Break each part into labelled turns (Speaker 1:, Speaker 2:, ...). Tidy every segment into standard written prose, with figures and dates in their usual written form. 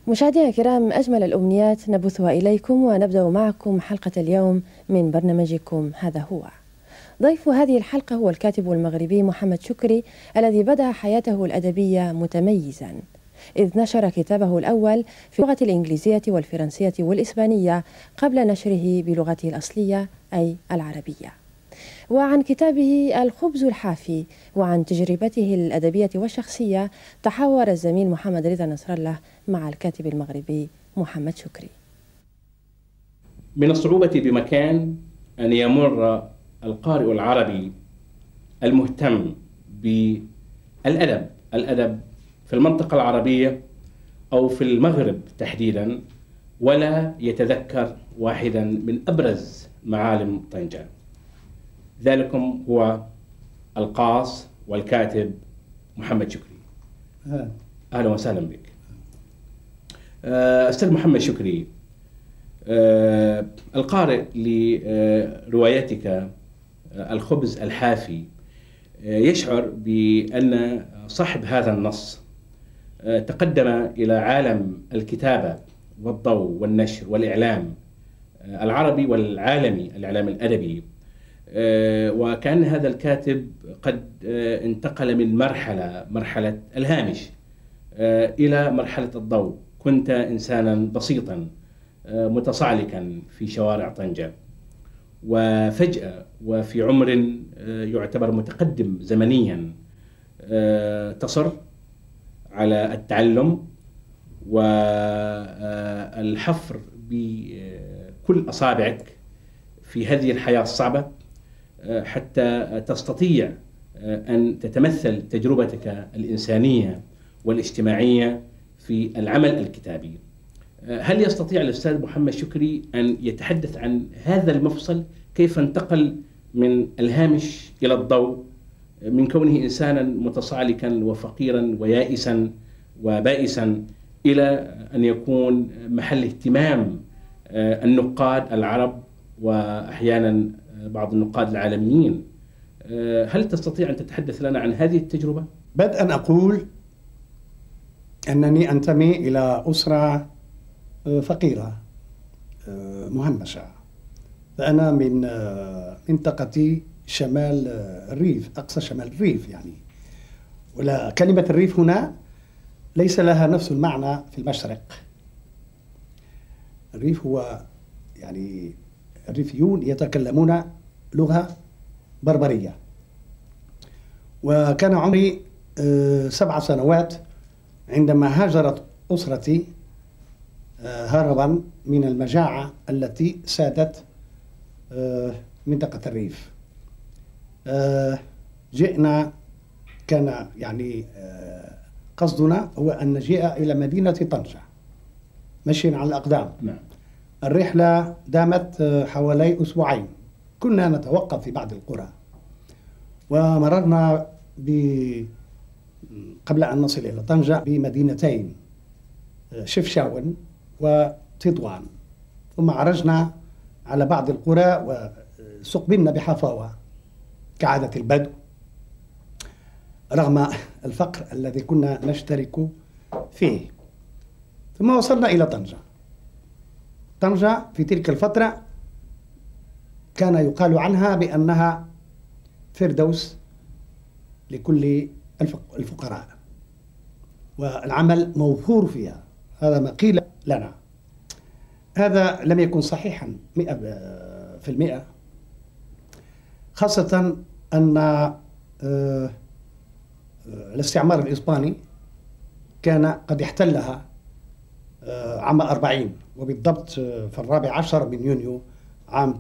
Speaker 1: مشاهدينا الكرام، أجمل الأمنيات نبثها إليكم، ونبدأ معكم حلقة اليوم من برنامجكم هذا هو. ضيف هذه الحلقة هو الكاتب المغربي محمد شكري، الذي بدأ حياته الأدبية متميزا، إذ نشر كتابه الأول في اللغة الإنجليزية والفرنسية والإسبانية قبل نشره بلغته الأصلية أي العربية. وعن كتابه الخبز الحافي وعن تجربته الأدبية والشخصية تحاور الزميل محمد رضا نصر الله مع الكاتب المغربي محمد شكري.
Speaker 2: من الصعوبة بمكان أن يمر القارئ العربي المهتم بالأدب في المنطقة العربية أو في المغرب تحديدا ولا يتذكر واحدا من أبرز معالم طنجة. ذلكم هو القاص والكاتب محمد شكري. أهلا وسهلا بك. أستاذ محمد شكري، القارئ لروايتك الخبز الحافي يشعر بأن صاحب هذا النص تقدم إلى عالم الكتابة والضوء والنشر والإعلام العربي والعالمي، الإعلام الأدبي، وكأن هذا الكاتب قد انتقل من مرحلة الهامش إلى مرحلة الضوء. كنت إنسانا بسيطا متصعلكا في شوارع طنجة، وفجأة وفي عمر يعتبر متقدم زمنيا تصر على التعلم والحفر بكل أصابعك في هذه الحياة الصعبة حتى تستطيع أن تتمثل تجربتك الإنسانية والاجتماعية في العمل الكتابي. هل يستطيع الأستاذ محمد شكري أن يتحدث عن هذا المفصل، كيف انتقل من الهامش إلى الضوء، من كونه إنسانا متصالكا وفقيرا ويائسا وبائسا إلى أن يكون محل اهتمام النقاد العرب وأحيانا بعض النقاد العالميين؟ هل تستطيع أن تتحدث لنا عن هذه التجربة؟
Speaker 3: بدءا أقول أنني أنتمي إلى أسرة فقيرة مهمشة، فأنا من منطقة شمال الريف، أقصى شمال الريف يعني. ولا كلمة الريف هنا ليس لها نفس المعنى في المشرق. الريف هو يعني الريفيون يتكلمون لغة بربرية. وكان عمري 7 سنوات عندما هاجرت أسرتي هربا من المجاعة التي سادت منطقة الريف. جئنا، كان يعني قصدنا هو أن نجيء إلى مدينة طنجة مشيا على الأقدام. الرحلة دامت حوالي 2 أسبوع. كنا نتوقف في بعض القرى، ومررنا قبل أن نصل إلى طنجة بمدينتين شفشاون وتطوان، ثم عرجنا على بعض القرى وسقبلنا بحفاوة كعادة البدو رغم الفقر الذي كنا نشترك فيه. ثم وصلنا إلى طنجة. طنجة في تلك الفترة كان يقال عنها بأنها فردوس لكل الفقراء، والعمل موفور فيها، هذا ما قيل لنا. هذا لم يكن صحيحا 100%، خاصة أن الاستعمار الإسباني كان قد احتلها عام 40، وبالضبط في 14 من يونيو عام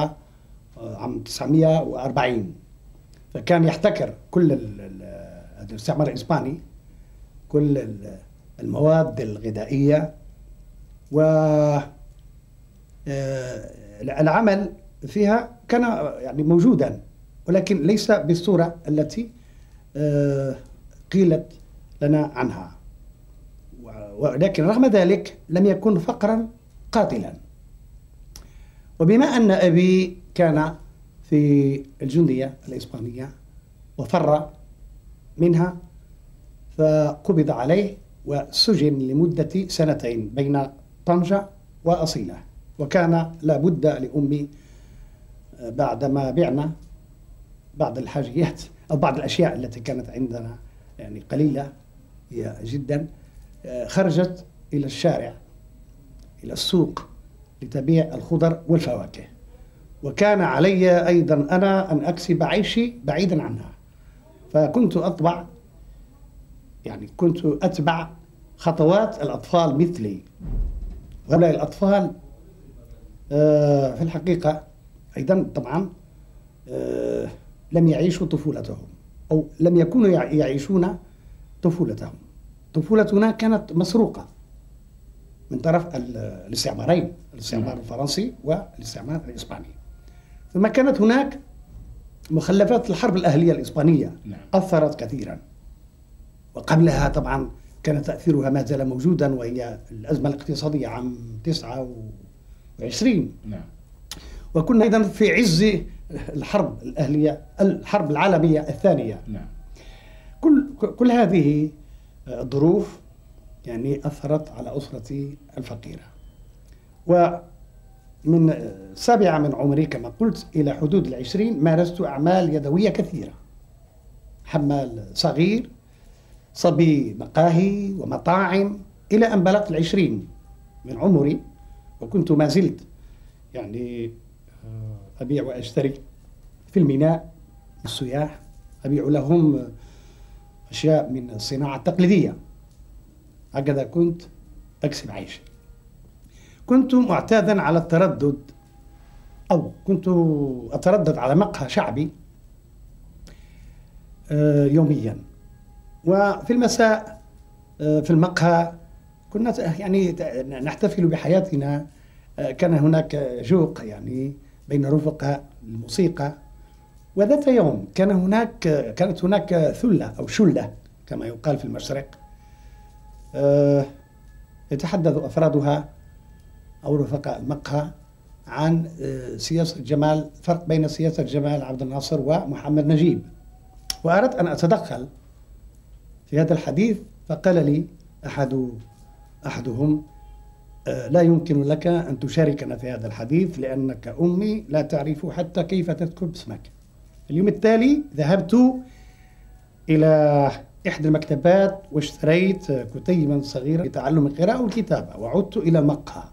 Speaker 3: 1940. فكان يحتكر كل الاستعمار الإسباني كل المواد الغذائية، والعمل فيها كان يعني موجودا، ولكن ليس بالصورة التي قيلت لنا عنها. ولكن رغم ذلك لم يكن فقرا قاتلا. وبما أن أبي كان في الجندية الإسبانية وفر منها، فقبض عليه وسجن لمدة 2 بين طنجة وأصيلة. وكان لابد لأمي بعدما بعنا بعض الحاجيات أو بعض الأشياء التي كانت عندنا يعني قليلة جدا، خرجت إلى الشارع إلى السوق لتبيع الخضر والفواكه، وكان علي أيضا أنا أن أكسب عيشي بعيدا عنها. فكنت كنت أتبع خطوات الأطفال مثلي. هؤلاء الأطفال في الحقيقة أيضا طبعا لم يعيشوا طفولتهم أو لم يكونوا يعيشون طفولتهم. طفولتنا كانت مسروقة من طرف الاستعمارين، الاستعمار الفرنسي والاستعمار الإسباني. ثم كانت هناك مخلفات الحرب الأهلية الإسبانية أثرت كثيرا، وقبلها طبعا كان تأثيرها ما زال موجودا، وهي الأزمة الاقتصادية عام 29. وكنا أيضا في عز الحرب الأهلية، الحرب العالمية الثانية. كل هذه الظروف يعني أثرت على أسرتي الفقيرة. ومن 7 من عمري كما قلت إلى حدود 20 مارست أعمال يدوية كثيرة، حمال صغير، صبي مقاهي ومطاعم، إلى أن بلغت 20 من عمري. وكنت ما زلت يعني أبيع وأشتري في الميناء السياح، أبيع لهم أشياء من الصناعة التقليدية. هكذا كنت أكسب عيشي. كنت معتادا على التردد، أو كنت أتردد على مقهى شعبي يوميا. وفي المساء في المقهى كنا يعني نحتفل بحياتنا. كان هناك جوق يعني بين رفقاء الموسيقى. وذات يوم كانت هناك ثلة أو شلة كما يقال في المشرق، يتحدث أفرادها أو رفقاء المقهى عن سياسة جمال، فرق بين سياسة جمال عبد الناصر ومحمد نجيب. وأردت أن أتدخل في هذا الحديث، فقال لي أحدهم لا يمكن لك أن تشاركنا في هذا الحديث لأنك أمي لا تعرف حتى كيف تذكر اسمك. اليوم التالي ذهبت إلى إحدى المكتبات واشتريت كتيبا صغيرا لتعلم القراءة والكتابة، وعدت إلى المقهى.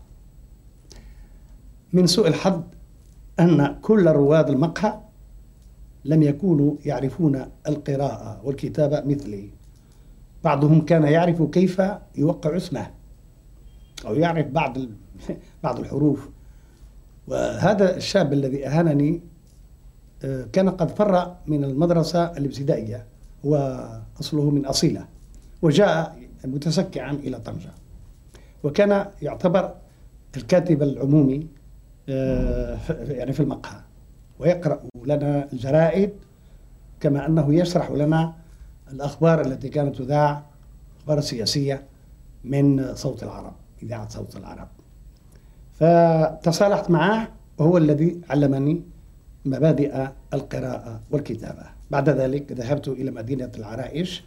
Speaker 3: من سوء الحظ أن كل رواد المقهى لم يكونوا يعرفون القراءة والكتابة مثلي. بعضهم كان يعرف كيف يوقع اسمه أو يعرف بعض الحروف. وهذا الشاب الذي أهانني كان قد فر من المدرسة الابتدائية، وأصله من أصيلة، وجاء متسكعا إلى طنجة، وكان يعتبر الكاتب العمومي يعني في المقهى، ويقرأ لنا الجرائد كما أنه يشرح لنا الأخبار التي كانت تذاع، الأخبار السياسية من صوت العرب، إذاعة صوت العرب. فتصالحت معه، وهو الذي علمني مبادئ القراءة والكتابة. بعد ذلك ذهبت إلى مدينة العرائش،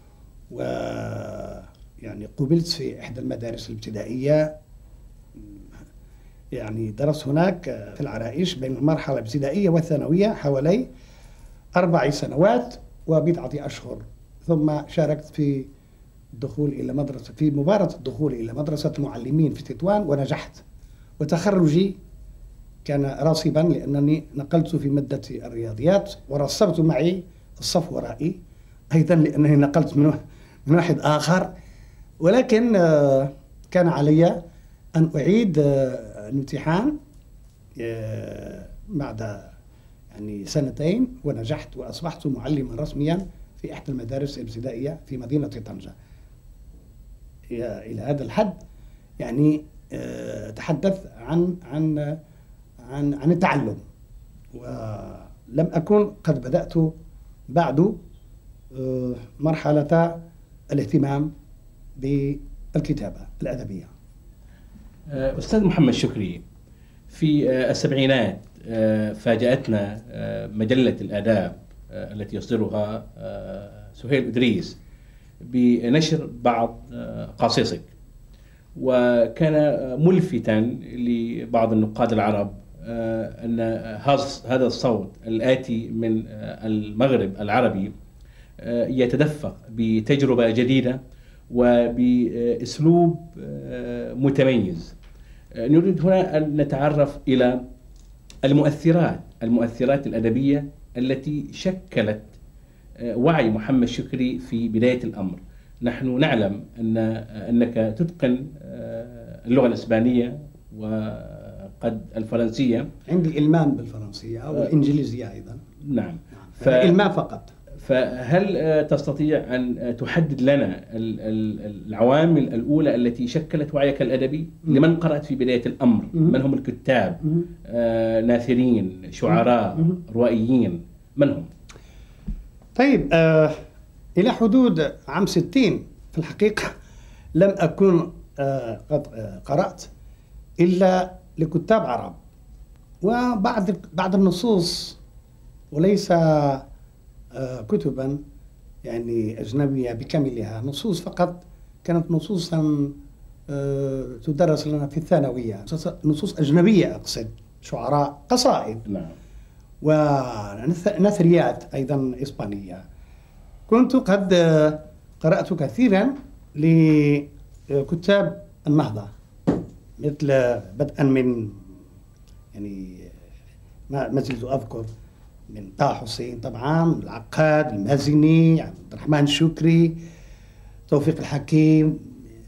Speaker 3: ويعني قبلت في إحدى المدارس الابتدائية. يعني درست هناك في العرائش بين المرحلة الابتدائية والثانوية حوالي 4 سنوات وبضعة أشهر. ثم شاركت في الدخول إلى مدرسة، في مباراة الدخول إلى مدرسة المعلمين في تطوان، ونجحت. وتخرجي كان راسبا لأنني نقلت في مادة الرياضيات، ورسبت معي الصف ورائي أيضا لأنني نقلت من واحد آخر. ولكن كان علي أن أعيد الامتحان بعد يعني 2 ونجحت، وأصبحت معلما رسميا في إحدى المدارس الابتدائية في مدينة طنجة. إلى هذا الحد يعني تحدث عن التعلم، ولم أكن قد بدأت بعد مرحلة الاهتمام بالكتابة الأدبية.
Speaker 2: أستاذ محمد شكري، في السبعينات فاجأتنا مجلة الآداب التي يصدرها سهيل إدريس بنشر بعض قصصك، وكان ملفتا لبعض النقاد العرب أن هذا الصوت الآتي من المغرب العربي يتدفق بتجربة جديدة وبأسلوب متميز. نريد هنا أن نتعرف إلى المؤثرات الأدبية التي شكلت وعي محمد شكري في بداية الأمر. نحن نعلم أنك تتقن اللغة الإسبانية وقد الفرنسية.
Speaker 3: عندي إلمام بالفرنسية أو الإنجليزية أيضا.
Speaker 2: نعم.
Speaker 3: إلمام فقط.
Speaker 2: فهل تستطيع أن تحدد لنا العوامل الأولى التي شكلت وعيك الأدبي؟ لمن قرأت في بداية الأمر؟ من هم الكتاب؟ ناثرين، شعراء، روائيين، من هم؟
Speaker 3: طيب، إلى حدود عام 60 في الحقيقة لم أكن قد قرأت إلا لكتاب عرب وبعض النصوص، وليس كتبا يعني أجنبية بكاملها، نصوص فقط كانت نصوصا تدرس لنا في الثانوية، نصوص أجنبية أقصد، شعراء، قصائد.
Speaker 2: نعم.
Speaker 3: ونثريات أيضا إسبانية. كنت قد قرأت كثيرا لكتاب النهضة، مثل بدءا من يعني ما زلت أذكر من طه حسين طبعا، العقاد، المازني، عبد الرحمن شكري، توفيق الحكيم،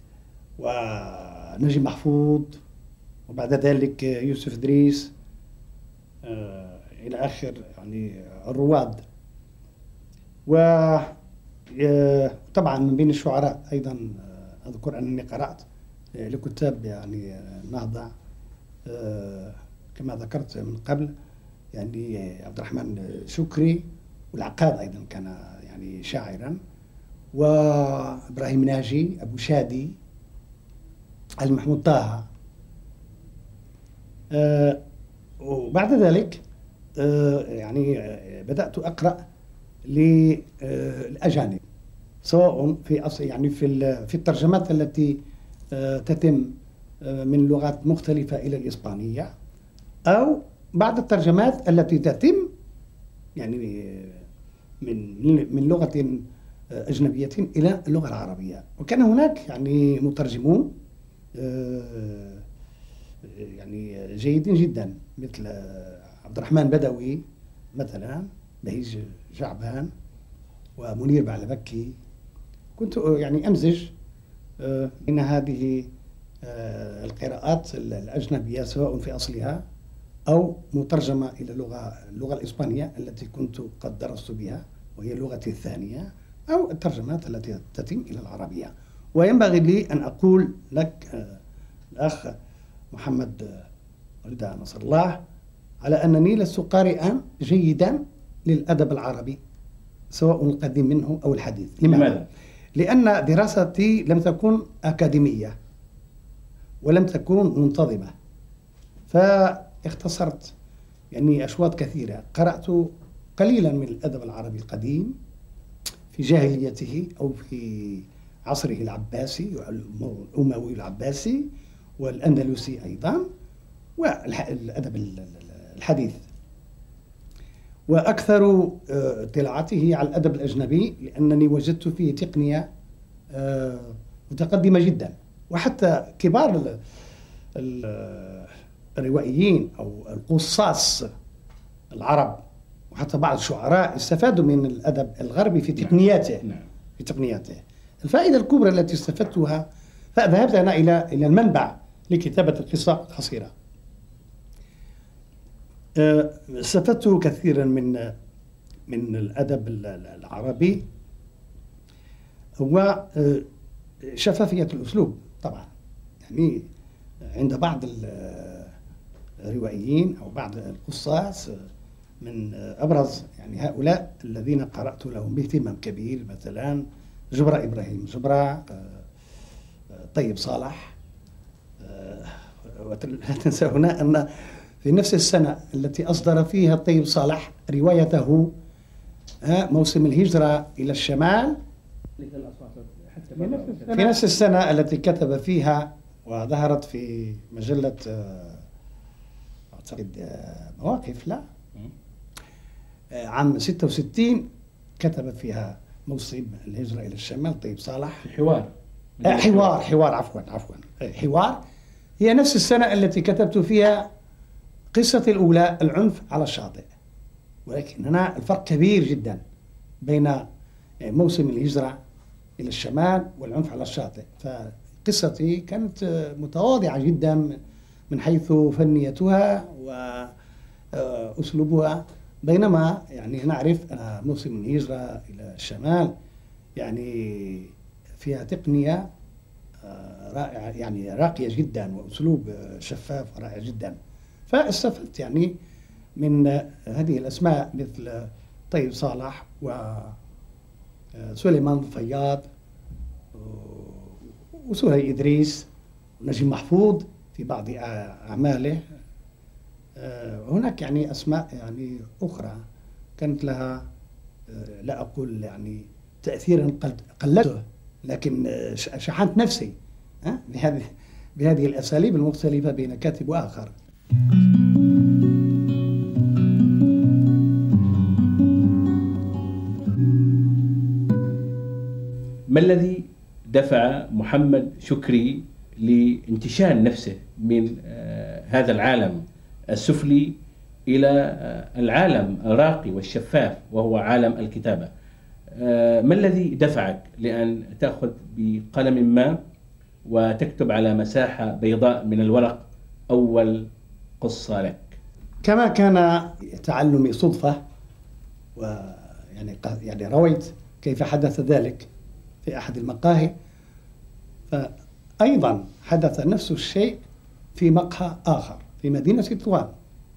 Speaker 3: ونجيب محفوظ، وبعد ذلك يوسف إدريس، إلى آخر يعني الرواد. وطبعا من بين الشعراء أيضا أذكر أنني قرأت لكتاب يعني النهضة كما ذكرت من قبل، يعني عبد الرحمن شكري، والعقاد أيضا كان يعني شاعرا، وإبراهيم ناجي، أبو شادي، علي محمود طه. وبعد ذلك يعني بدأت أقرأ للأجانب، سواء يعني في الترجمات التي تتم من لغات مختلفة إلى الإسبانية، أو بعض الترجمات التي تتم يعني من لغة أجنبية إلى اللغة العربية. وكان هناك يعني مترجمون يعني جيدين جدا، مثل عبد الرحمن بدوي مثلا، بهيج شعبان، ومنير بعلبكي. كنت يعني أمزج بين هذه القراءات الأجنبية سواء في أصلها أو مترجمة إلى اللغة الإسبانية التي كنت قد درست بها وهي لغتي الثانية، أو الترجمات التي تتم إلى العربية. وينبغي لي أن أقول لك الأخ محمد رضا نصر الله على أنني لست قارئا جيدا للأدب العربي سواء القديم منه أو الحديث. لماذا؟ لأن دراستي لم تكن أكاديمية ولم تكن منتظمة، فاختصرت يعني أشواط كثيرة. قرأت قليلا من الأدب العربي القديم في جاهليته أو في عصره العباسي والأموي العباسي والأندلسي أيضا، والأدب الحديث. وأكثر اطلاعاته على الأدب الأجنبي لأنني وجدت فيه تقنية متقدمة جدا، وحتى كبار الروائيين أو القصاص العرب وحتى بعض الشعراء استفادوا من الأدب الغربي في تقنياته. في تقنياته. الفائدة الكبرى التي استفدتها، فذهبت أنا إلى المنبع لكتابة القصة القصيرة. استفدت كثيرا من الأدب العربي، هو شفافية الأسلوب طبعا. يعني عند بعض الروائيين أو بعض القصاص من أبرز يعني هؤلاء الذين قرأت لهم باهتمام كبير، مثلا جبرة إبراهيم جبرة، طيب صالح. ولا تنسى هنا أن في نفس السنة التي أصدر فيها طيب صالح روايته موسم الهجرة إلى الشمال، في نفس السنة التي كتب فيها وظهرت في مجلة أعتقد مواقف، لا، عام 66 كتب فيها موسم الهجرة إلى الشمال طيب صالح.
Speaker 2: في حوار
Speaker 3: حوار هي نفس السنة التي كتبت فيها قصة الأولى العنف على الشاطئ، ولكن هنا الفرق كبير جدا بين موسم الهجرة إلى الشمال والعنف على الشاطئ. فقصتي كانت متواضعة جدا من حيث فنيتها وأسلوبها، بينما يعني نعرف أن موسم الهجرة إلى الشمال يعني فيها تقنية رائعة، يعني راقية جدا، وأسلوب شفاف ورائع جدا. فاستفدت يعني من هذه الأسماء مثل طيب صالح وسليمان فياض وسهيل إدريس ونجيب محفوظ في بعض أعماله. هناك يعني أسماء يعني أخرى كانت لها لا أقول يعني تأثيرا قلته، لكن شحنت نفسي بهذه الأساليب المختلفة بين كاتب وآخر.
Speaker 2: ما الذي دفع محمد شكري لانتشال نفسه من هذا العالم السفلي إلى العالم الراقي والشفاف وهو عالم الكتابة؟ ما الذي دفعك لأن تأخذ بقلم ما وتكتب على مساحة بيضاء من الورق أول قصة لك؟
Speaker 3: كما كان تعلمي صدفة، ويعني رويت كيف حدث ذلك في أحد المقاهي، فأيضا حدث نفس الشيء في مقهى آخر في مدينة تطوان،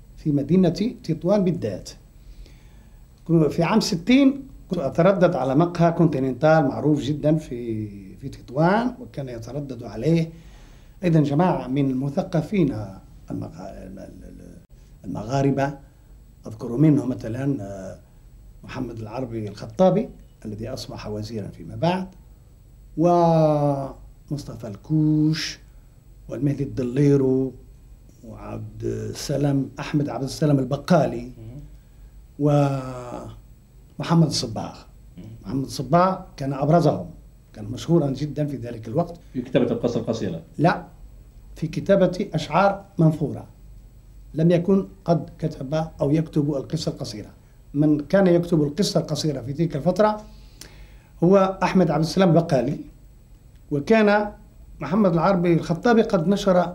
Speaker 3: بالذات. في عام 60 كنت أتردد على مقهى كونتيننتال معروف جدا في تطوان، وكان يتردد عليه أيضا جماعة من المثقفين المغاربة. أذكر منهم مثلا محمد العربي الخطابي الذي أصبح وزيرا فيما بعد، ومصطفى الكوش والمهدي الدليرو وعبد السلام أحمد عبد السلام البقالي ومحمد الصباغ. محمد الصباغ كان أبرزهم، كان مشهورا جدا في ذلك الوقت
Speaker 2: في كتابة القصة القصيرة،
Speaker 3: لا، في كتابة أشعار منثورة. لم يكن قد كتب أو يكتب القصة القصيرة. من كان يكتب القصة القصيرة في تلك الفترة هو أحمد عبد السلام البقالي، وكان محمد العربي الخطابي قد نشر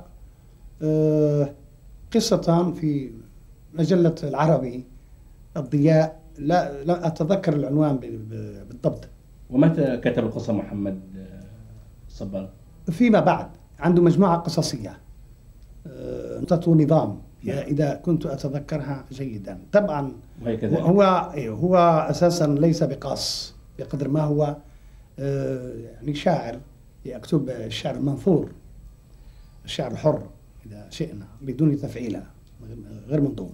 Speaker 3: قصة في مجلة العربي الضياء، لا أتذكر العنوان بالضبط.
Speaker 2: ومتى كتب القصة محمد الصباغ؟ فيما
Speaker 3: بعد عنده مجموعة قصصية نقطة نظام إذا كنت أتذكرها جيدا. طبعا هو أساسا ليس بقاص بقدر ما هو يعني شاعر يكتب الشعر المنثور، الشعر الحر إذا شئنا بدون تفعيلة غير منظوم.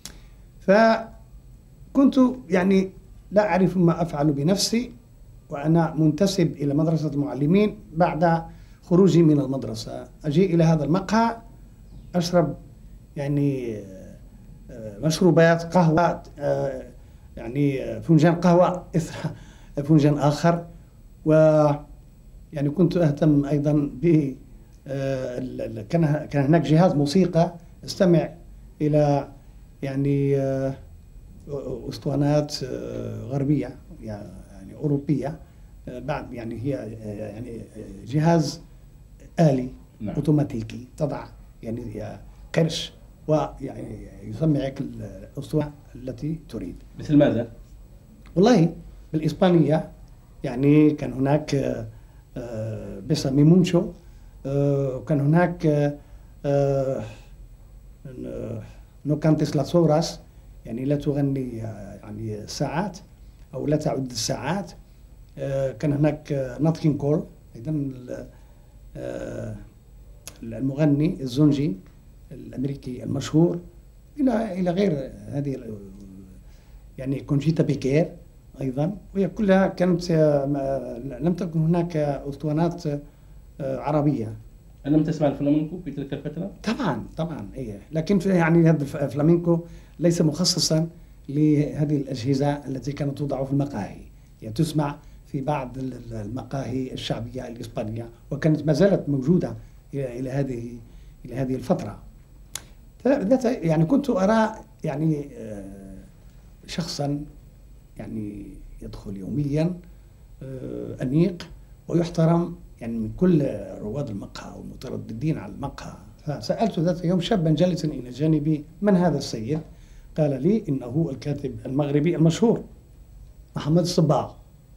Speaker 3: فكنت يعني لا أعرف ما أفعل بنفسي وأنا منتسب إلى مدرسة المعلمين. بعد خروجي من المدرسة أجي إلى هذا المقهى أشرب يعني مشروبات قهوة، يعني فنجان قهوة إثر فنجان آخر. ويعني كنت أهتم أيضا ب كان هناك جهاز موسيقى استمع إلى يعني أسطوانات غربية يعني أوروبية، بعد يعني هي يعني جهاز آلي أوتوماتيكي تضع يعني قرش ويعني يسمعك الأسطوانة التي تريد.
Speaker 2: مثل ماذا؟
Speaker 3: والله بالإسبانية يعني كان هناك بيسامي مونشو، وكان هناك نو كانتس لاس هوراس، يعني لا تغني يعني ساعات أو لا تعد الساعات. كان هناك نات كول أيضا المغني الزنجي الأمريكي المشهور، إلى غير هذه يعني كونجيتا بيكير أيضا، وهي كلها كانت لم تكن هناك أسطوانات عربية.
Speaker 2: ألم تسمع الفلامنكو في تلك الفترة؟
Speaker 3: طبعا إيه، لكن يعني هذا الفلامينكو ليس مخصصا لهذه الأجهزة التي كانت توضع في المقاهي، يعني تسمع في بعض المقاهي الشعبية الإسبانية، وكانت ما زالت موجودة إلى هذه الفترة. يعني كنت أرى يعني شخصا يعني يدخل يوميا أنيق ويحترم يعني من كل رواد المقهى والمترددين على المقهى. فسألت ذات يوم شابا جالسا إلى جانبي: من هذا السيد؟ قال لي: إنه الكاتب المغربي المشهور محمد الصباغ.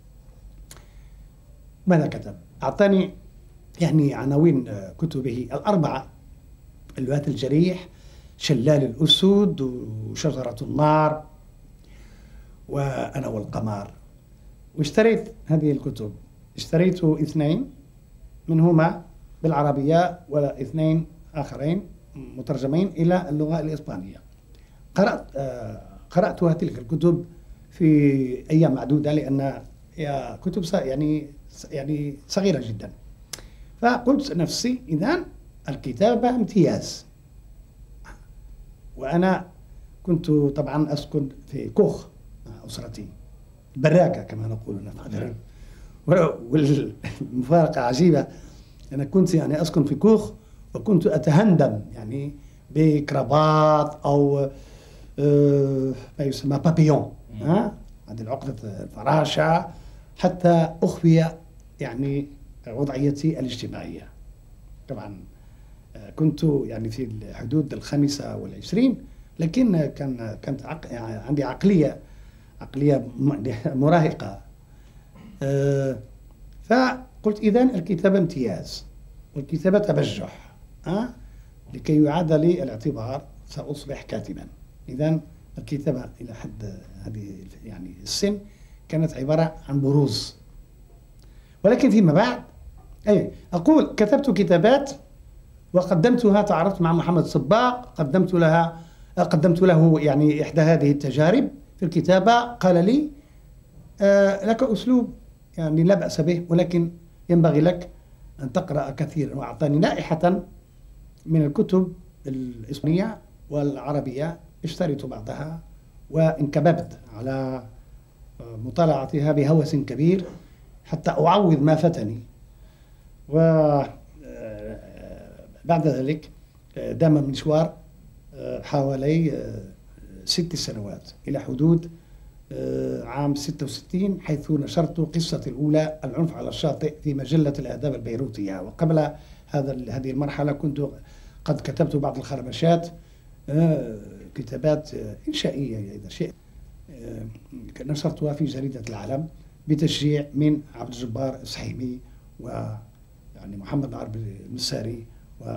Speaker 3: ماذا كتب؟ أعطاني يعني عناوين كتبه الأربعة: الواد الجريح، شلال الأسود، وشجرة النار، وأنا والقمار. واشتريت هذه الكتب، اشتريت 2 منهما بالعربية و2 آخرين مترجمين إلى اللغة الإسبانية. قرأت تلك الكتب في أيام معدودة، لأن هي كتب يعني صغيرة جدا. فقلت نفسي: إذن الكتابة امتياز. وأنا كنت طبعا أسكن في كوخ مع أسرتي، براكة كما نقول نحن. والمفارقة عجيبة، أنا كنت يعني أسكن في كوخ، وكنت أتهندم يعني بكرافات أو ما يسمى بابيون، هذه العقدة الفراشة، حتى أخفي يعني وضعيتي الاجتماعية. طبعا كنت يعني في حدود 25، لكن كانت يعني عندي عقلية مراهقة. فقلت: إذن الكتابة امتياز والكتابة تبجح، لكي يعاد لي الاعتبار سأصبح كاتبا. إذن الكتابة إلى حد هذه يعني السن كانت عبارة عن بروز. ولكن فيما بعد أقول كتبت كتابات وقدمتها، تعرفت مع محمد صباغ، قدمت له يعني إحدى هذه التجارب في الكتابة. قال لي: لك أسلوب يعني لا بأس به، ولكن ينبغي لك أن تقرأ كثيرا. وأعطاني لائحة من الكتب الإسبانية والعربية، اشتريت بعضها وانكببت على مطالعتها بهوس كبير حتى أعوض ما فاتني. وبعد ذلك دام المشوار حوالي 6 سنوات إلى حدود عام 66، حيث نشرت قصتي الأولى العنف على الشاطئ في مجلة الآداب البيروتية. وقبل هذه المرحلة كنت قد كتبت بعض الخربشات، كتابات إنشائية إذا شئت، نشرتها في جريدة العالم بتشجيع من عبد الجبار السحيمي ويعني محمد عربي المساري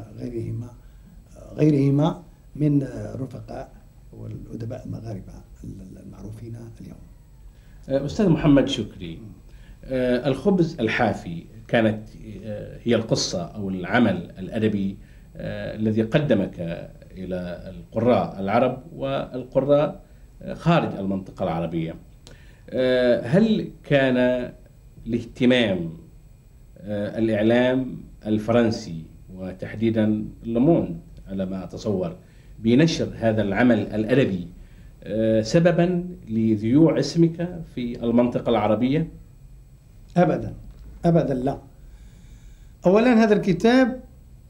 Speaker 3: وغيرهما من الرفقاء والأدباء المغاربة المعروفين اليوم.
Speaker 2: أستاذ محمد شكري، الخبز الحافي كانت هي القصة أو العمل الأدبي الذي قدمك إلى القراء العرب والقراء خارج المنطقة العربية. هل كان الاهتمام الإعلام الفرنسي وتحديدا لوموند على ما أتصور بنشر هذا العمل الأدبي سببا لذيوع اسمك في المنطقة العربية؟
Speaker 3: أبدا لا. أولا هذا الكتاب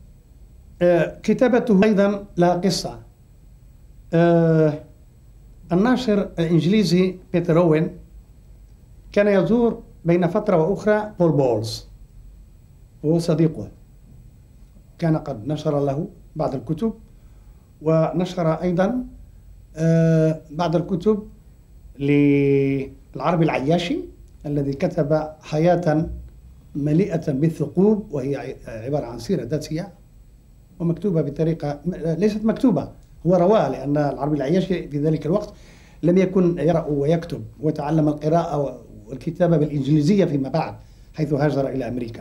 Speaker 3: كتابته أيضا لها قصة. الناشر الإنجليزي بيتر أوين كان يزور بين فترة وأخرى بول بولز، وهو صديقه، كان قد نشر له بعض الكتب، ونشر أيضا بعض الكتب للعربي العياشي الذي كتب حياة مليئة بالثقوب، وهي عبارة عن سيرة ذاتية ومكتوبة بطريقة ليست مكتوبة، هو رواها، لأن العربي العياشي في ذلك الوقت لم يكن يقرأ ويكتب، وتعلم القراءة والكتابة بالإنجليزية فيما بعد حيث هاجر إلى أمريكا.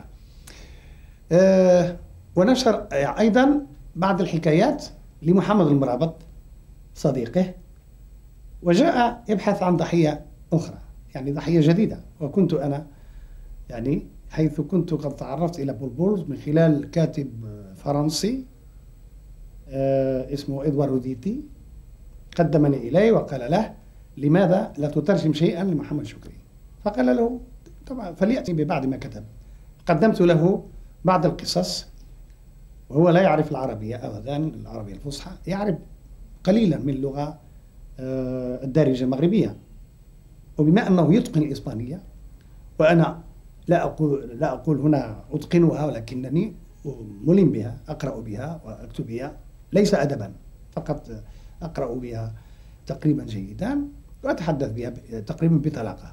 Speaker 3: ونشر أيضا بعض الحكايات لمحمد المرابط صديقه، وجاء يبحث عن ضحية أخرى، يعني ضحية جديدة. وكنت أنا يعني حيث كنت قد تعرفت إلى بول بولز من خلال كاتب فرنسي اسمه إدوار روديتي، قدمني إليه وقال له لماذا لا تترجم شيئا لمحمد شكري؟ فقال له طبعا فليأتي ببعض ما كتب. قدمت له بعض القصص وهو لا يعرف العربية أبدا، العربية الفصحى، يعرف قليلا من اللغة الدارجة المغربية. وبما أنه يتقن الإسبانية وأنا لا أقول هنا أتقنها، ولكنني ملم بها، أقرأ بها وأكتب بها، ليس أدبا فقط، أقرأ بها تقريبا جيدا وأتحدث بها تقريبا بطلاقة.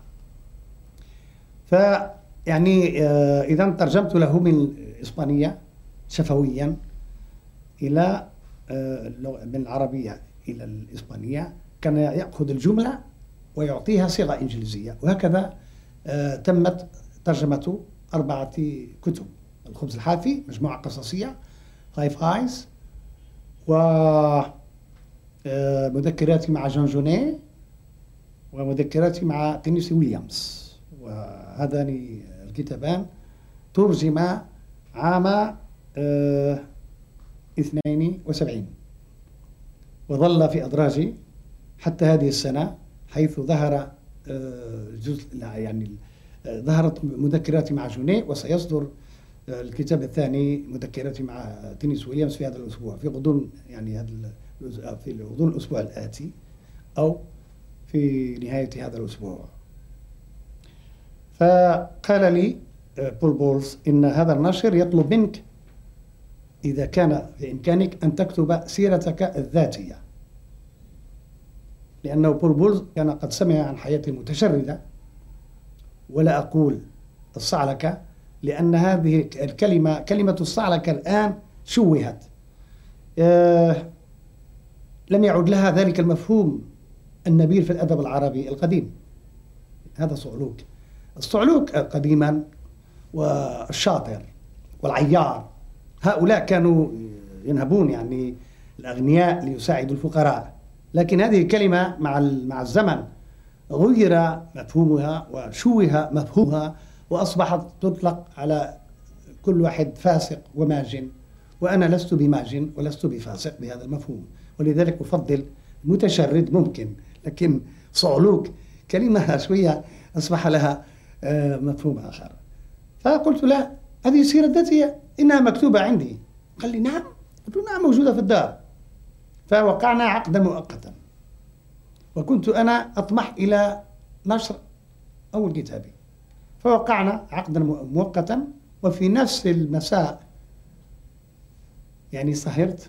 Speaker 3: فيعني إذا ترجمت له من الإسبانية شفويا إلى من العربية إلى الإسبانية، كان يأخذ الجملة ويعطيها صيغة إنجليزية، وهكذا تمت ترجمة 4 كتب: الخبز الحافي، مجموعة قصصية، فايف آيز، ومذكراتي مع جون جوني، ومذكراتي مع تينيسي ويليامز. وهذان الكتابان ترجما عام 72 وظل في أدراجي حتى هذه السنة، حيث ظهر يعني ظهرت مذكراتي مع جوني، وسيصدر الكتاب الثاني مذكراتي مع تينيس ويليامز في هذا الأسبوع، في غضون يعني في غضون الأسبوع الآتي أو في نهاية هذا الأسبوع. فقال لي بول بولز إن هذا الناشر يطلب منك إذا كان بإمكانك أن تكتب سيرتك الذاتية، لأنه بول بولز كان قد سمع عن حياتي المتشردة، ولا أقول الصعلكة لأن هذه الكلمة، كلمة الصعلكة الآن شوهت، لم يعد لها ذلك المفهوم النبيل في الأدب العربي القديم. هذا صعلوك. الصعلوك قديما والشاطر والعيار، هؤلاء كانوا ينهبون يعني الأغنياء ليساعدوا الفقراء، لكن هذه الكلمة مع الزمن غير مفهومها وشوه مفهومها، وأصبحت تطلق على كل واحد فاسق وماجن، وأنا لست بماجن ولست بفاسق بهذا المفهوم، ولذلك أفضل متشرد ممكن، لكن صعلوك كلمة شوية أصبح لها مفهوم آخر. فقلت له هذه سيرة ذاتية إنها مكتوبة عندي. قال لي نعم. قلت له نعم، موجودة في الدار. فوقعنا عقدا مؤقتا، وكنت أنا أطمح إلى نشر أول كتابي، فوقعنا عقدا مؤقتا. وفي نفس المساء يعني سهرت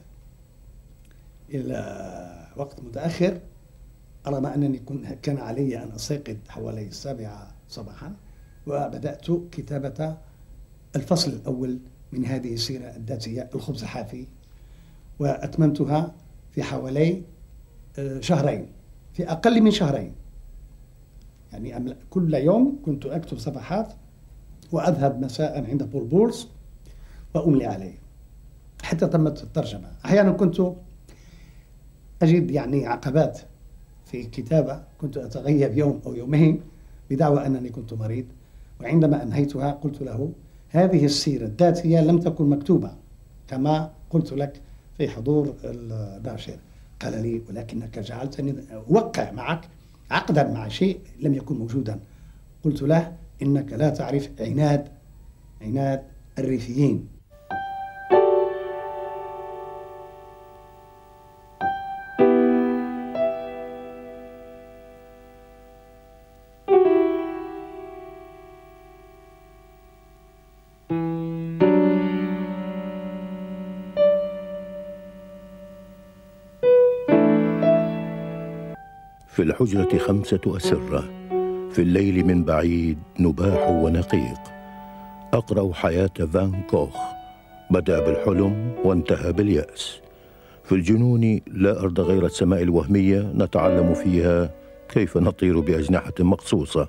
Speaker 3: إلى وقت متأخر، رغم أنني كان علي أن أستيقظ حوالي 7 صباحا، وبدأت كتابة الفصل الأول من هذه السيرة الذاتية الخبز الحافي، وأتممتها في حوالي 2 شهرين، في أقل من 2 شهرين. يعني كل يوم كنت أكتب صفحات وأذهب مساء عند بول بولز وأملي عليه حتى تمت الترجمة. أحيانا كنت أجد يعني عقبات في الكتابة، كنت أتغيب يوم أو يومين بدعوى أنني كنت مريض، وعندما أنهيتها قلت له هذه السيرة الذاتية لم تكن مكتوبة كما قلت لك في حضور الناشر. قال لي ولكنك جعلتني أوقع معك عقدا مع شيء لم يكن موجودا. قلت له إنك لا تعرف عناد الريفيين.
Speaker 4: في الحجرة 5 أسرة، في الليل من بعيد نباح ونقيق. أقرأ حياة فان كوخ، بدأ بالحلم وانتهى باليأس. في الجنون لا أرض غير السماء الوهمية نتعلم فيها كيف نطير بأجنحة مقصوصة.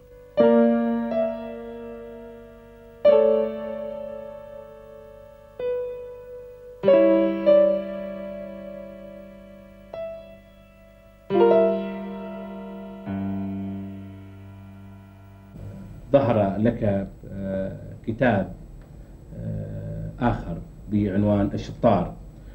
Speaker 2: أقرأ لك كتاب آخر بعنوان الشطار.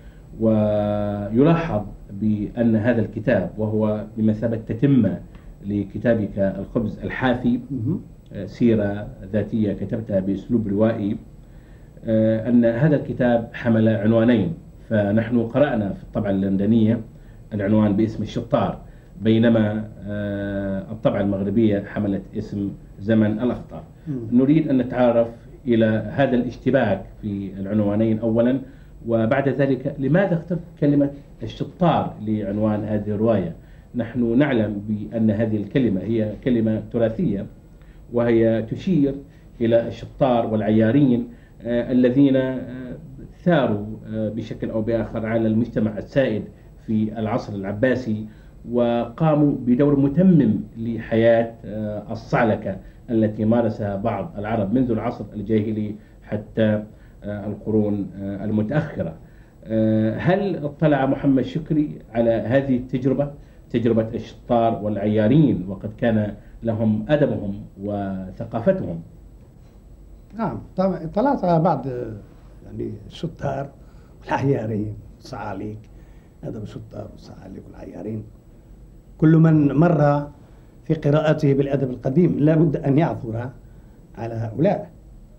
Speaker 2: ويلاحظ بأن هذا الكتاب وهو بمثابة تتمة لكتابك الخبز الحافي، سيرة ذاتية كتبتها بأسلوب روائي، أن هذا الكتاب حمل عنوانين. فنحن قرأنا في الطبعة اللندنية العنوان باسم الشطار، بينما الطبعة المغربية حملت اسم زمن الأخطار. نريد أن نتعرف إلى هذا الاشتباك في العنوانين أولا، وبعد ذلك لماذا اخترت كلمة الشطار لعنوان هذه الرواية؟ نحن نعلم بأن هذه الكلمة هي كلمة تراثية، وهي تشير إلى الشطار والعيارين الذين ثاروا بشكل أو بآخر على المجتمع السائد في العصر العباسي، وقاموا بدور متمم لحياة الصعلكة التي مارسها بعض العرب منذ العصر الجاهلي حتى القرون المتأخرة. هل اطلع محمد شكري على هذه التجربة، تجربة الشطار والعيارين، وقد كان لهم أدبهم وثقافتهم؟
Speaker 3: نعم، طبعا اطلعت على بعض يعني الشطار والعيارين والصعاليك. أدب الشطار والصعاليك والعيارين كل من مر في قراءته بالأدب القديم لا بد أن يعثر على هؤلاء.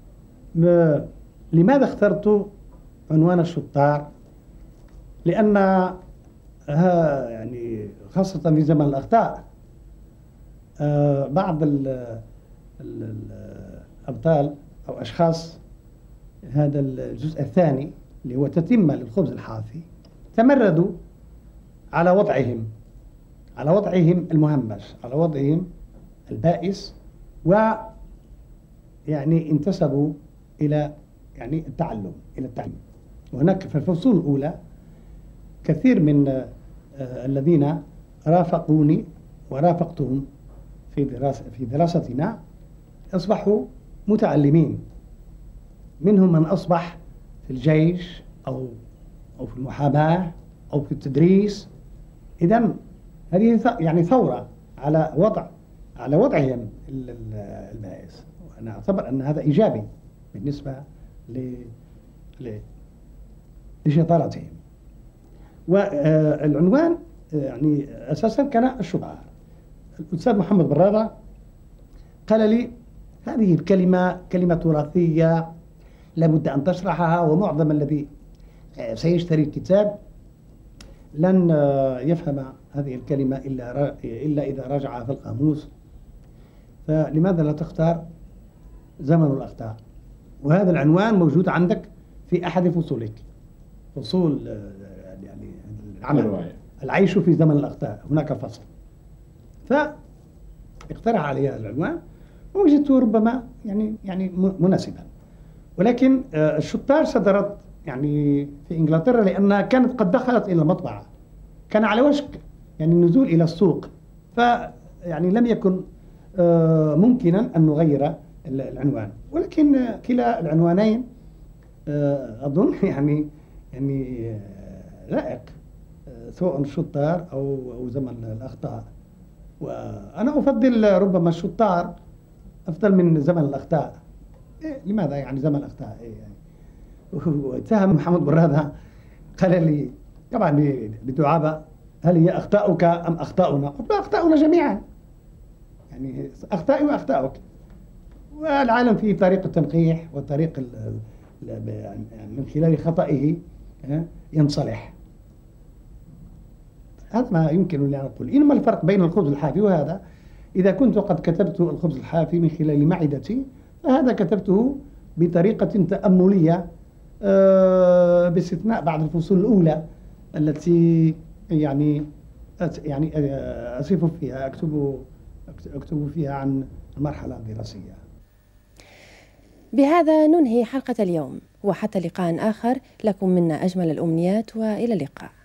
Speaker 3: لماذا اخترت عنوان الشطار؟ لأن يعني خاصة في زمن الأخطاء بعض الأبطال أو أشخاص هذا الجزء الثاني اللي هو تتمة للخبز الحافي تمردوا على وضعهم المهمش، على وضعهم البائس، ويعني انتسبوا إلى يعني التعلم، إلى التعليم. وهناك في الفصول الأولى كثير من الذين رافقوني ورافقتهم في دراستنا أصبحوا متعلمين، منهم من أصبح في الجيش أو في المحاماة أو في التدريس. إذن هذه يعني ثورة على وضعهم البائس، وأنا أعتبر أن هذا إيجابي بالنسبة لشطارتهم. والعنوان يعني أساسا كان الشطار. الأستاذ محمد برادة قال لي هذه الكلمة كلمة تراثية لابد أن تشرحها، ومعظم الذي سيشتري الكتاب لن يفهم هذه الكلمة إلا إذا راجعها في القاموس، فلماذا لا تختار زمن الأخطاء؟ وهذا العنوان موجود عندك في أحد فصولك، فصول يعني العمل العيش في زمن الأخطاء، هناك فصل. فاقترح علي هذا العنوان ووجدته ربما يعني مناسبا. ولكن الشطار صدرت يعني في إنجلترا لأنها كانت قد دخلت إلى المطبعة، كان على وشك يعني النزول إلى السوق، فيعني لم يكن ممكنا أن نغير العنوان. ولكن كلا العنوانين أظن يعني لائق، سواء الشطار أو زمن الأخطاء. وأنا أفضل ربما الشطار أفضل من زمن الأخطاء. لماذا يعني زمن الأخطاء؟ يعني واتهم محمد برادة قال لي طبعا بدعابة هل هي أخطاؤك أم أخطاؤنا؟ قلت أخطاؤنا جميعا، يعني أخطائي وأخطاؤك، والعالم فيه طريق التنقيح وطريق من خلال خطئه ينصلح. هذا ما يمكن لي أن أقول. إنما الفرق بين الخبز الحافي وهذا، إذا كنت قد كتبت الخبز الحافي من خلال معدتي، فهذا كتبته بطريقة تأملية باستثناء بعض الفصول الأولى التي يعني أصف فيها أكتب فيها عن المرحلة الدراسية.
Speaker 1: بهذا ننهي حلقة اليوم، وحتى لقاء آخر لكم منا أجمل الأمنيات، وإلى اللقاء.